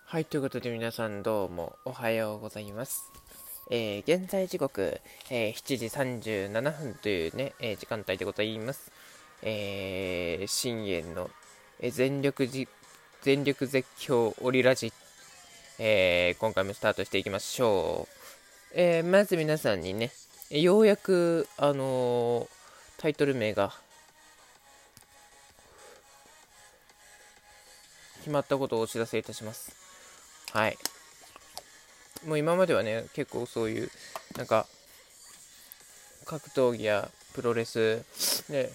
はい、ということで皆さんどうもおはようございます。現在時刻、7時37分というね、時間帯でございます。深夜の、全力絶叫オリラジ、今回もスタートしていきましょう。まず皆さんにね、ようやく、タイトル名が決まったことをお知らせいたします。はい。もう今まではね、結構そういう、なんか、格闘技やプロレスで、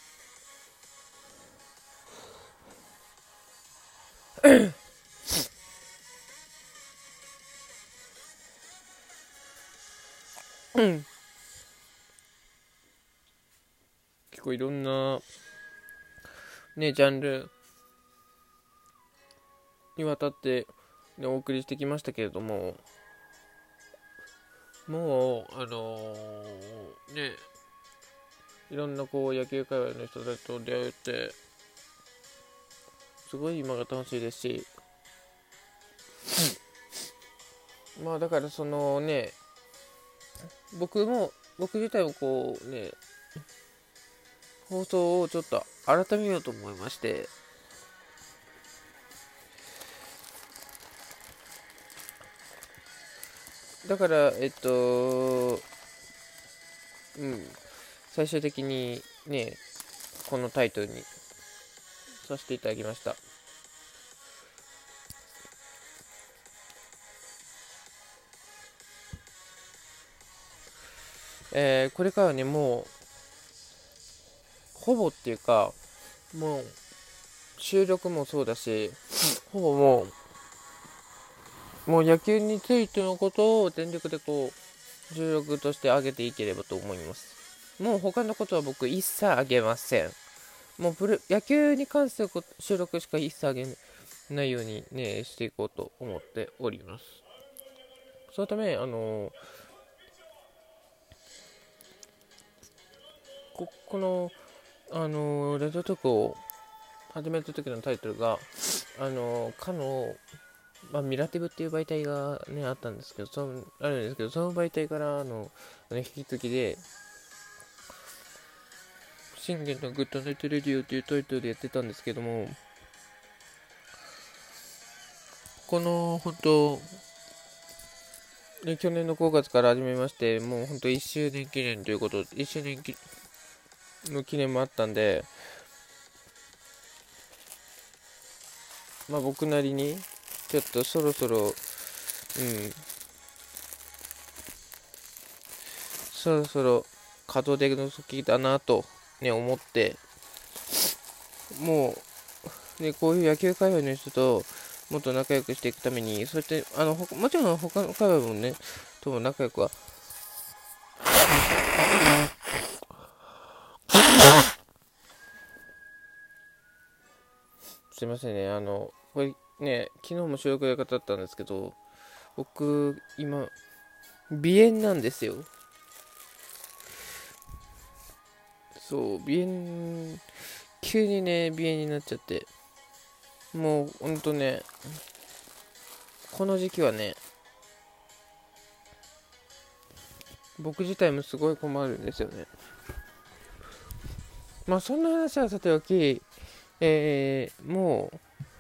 結構いろんな、ね、ジャンルにわたって、ね、お送りしてきましたけれども、もう、ね、いろんなこう野球界隈の人たちと出会えて、すごい今が楽しいですし、まあだからそのね、僕自体もこうね、放送をちょっと改めようと思いまして、だから最終的にね、このタイトルにさせていただきました。これからはね、もうほぼっていうか、もう収録もそうだし、ほぼもう野球についてのことを全力でこう収録として上げていければと思います。もう他のことは僕一切上げません。もう野球に関する収録しか一切上げないようにねしていこうと思っております。そのためこのラジオトークを始めた時のタイトルがかのミラティブっていう媒体がねあったんですけど、あるんですけど、その媒体から引き継ぎで信玄のグッドナイトレディオっていうタイトルでやってたんですけども、この本当去年の5月から始めまして、もう本当1周年記念ということで、1周年の記念もあったんで、僕なりにちょっとそろそろ門出の時だなとね思って、もうねこういう野球界隈の人ともっと仲良くしていくために、そうやってもちろん他の界隈もねとも仲良くはすいませんね、これね昨日も収録で語ったんですけど、僕今鼻炎なんですよ。そう、急にね鼻炎になっちゃって、もうほんとね、この時期はね僕自体もすごい困るんですよね。そんな話はさておき、も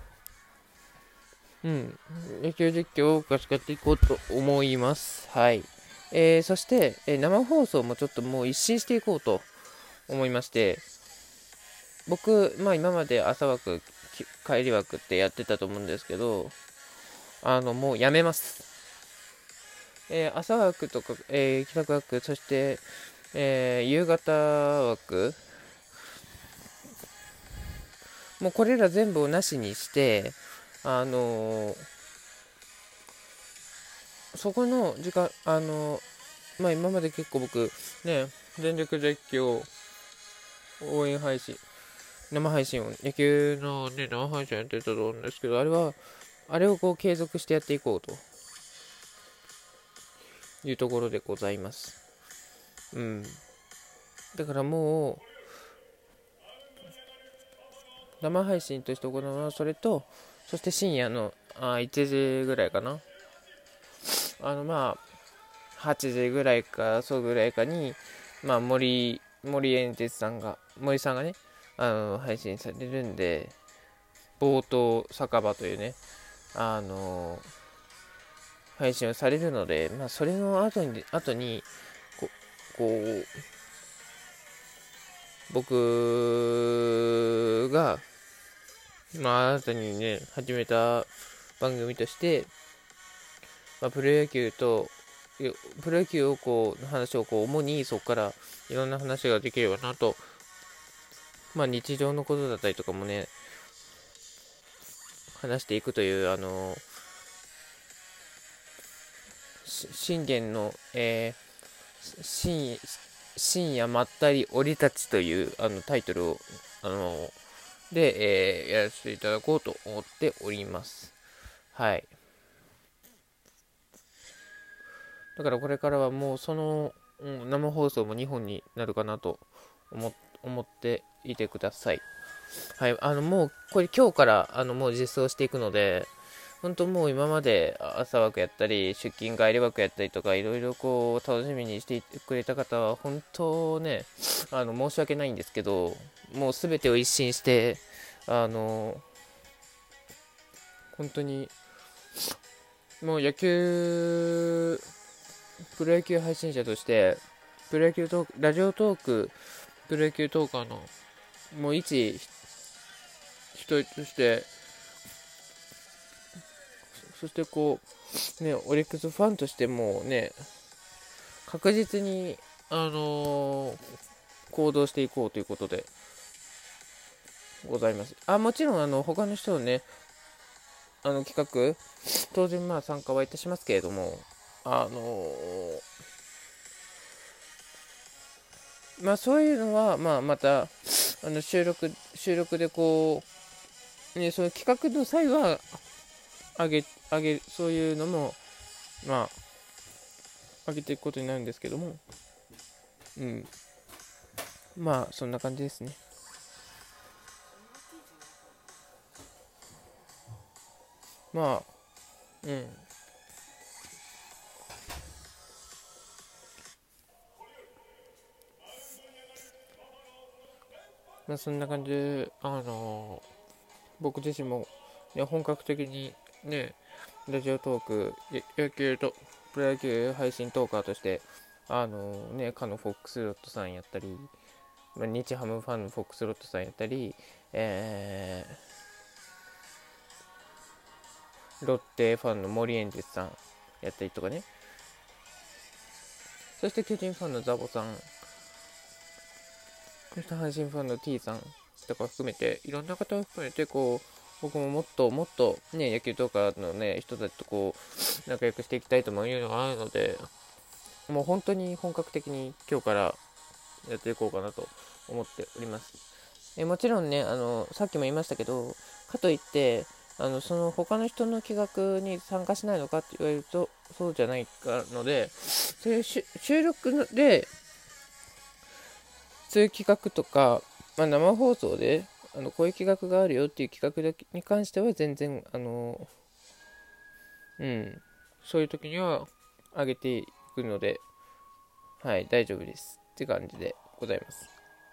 う野球実況を使っていこうと思います。はい。そして、生放送もちょっともう一新していこうと思いまして、僕、今まで朝枠、帰り枠ってやってたと思うんですけど、もうやめます。朝枠とか、帰宅枠、そして、夕方枠、もうこれら全部をなしにして、そこの時間、今まで結構僕、ね、全力絶叫、応援配信、生配信を、野球のね、生配信やってたと思うんですけど、あれをこう継続してやっていこうというところでございます。だからもう、生配信として行うのはそれと、そして深夜の 1時ぐらいかな。8時ぐらいか、そうぐらいかに、森エンテスさんが、森さんがね、配信されるんで、冒頭酒場というね、配信をされるので、それの後にこう、僕が、新たにね、始めた番組として、プロ野球をの話を主にそこからいろんな話ができればなと、日常のことだったりとかもね、話していくという、信玄の、深夜まったり降り立ちというタイトルを、やらせていただこうと思っております。はい。だからこれからはもう生放送も2本になるかなと思っていてください。はい。もうこれ今日からもう実装していくので、本当もう今まで朝枠やったり出勤帰り枠やったりとかいろいろ楽しみにしてくれた方は本当ね申し訳ないんですけど、もう全てを一新して本当にもうプロ野球配信者としてプロ野球トークラジオトークプロ野球トーカーのもう一人として、そしてオリックスファンとしてもね、確実に、行動していこうということでございます。もちろん、他の人のね、企画、当然参加はいたしますけれども、そういうのは、また、収録でそういう企画の際は、そういうのも、上げていくことになるんですけども、そんな感じですね。そんな感じで、僕自身も、本格的にね、ラジオトーク、プロ野球配信トーカーとして、かのフォックスロットさんやったり、日ハムファンのフォックスロットさんやったり、ロッテファンの森エンジェスさんやったりとかね、そして巨人ファンのザボさん、そして阪神ファンの T さんとか含めて、いろんな方を含めて、僕ももっともっとね、野球とかのね、人たちと仲良くしていきたいともいうのがあるので、もう本当に本格的に今日からやっていこうかなと思っております。もちろんね、さっきも言いましたけど、かといって、その他の人の企画に参加しないのかって言われると、そうじゃないので、そういう収録で、そういう企画とか、生放送で、こういう企画があるよっていう企画に関しては全然、そういう時には上げていくので、はい、大丈夫ですって感じでございます。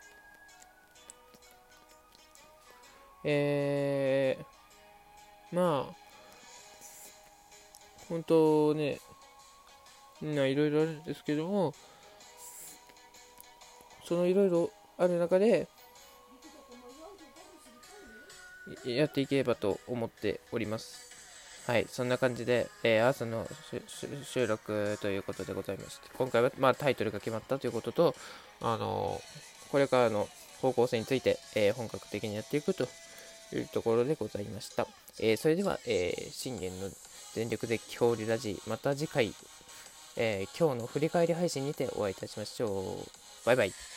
本当ね、いろいろあるんですけども、そのいろいろある中で、やっていければと思っております。はい、そんな感じで、朝の収録ということでございまして、今回は、タイトルが決まったということと、これからの方向性について、本格的にやっていくというところでございました。それでは、信玄の全力で恐竜ラジ、また次回、今日の振り返り配信にてお会いいたしましょう。バイバイ。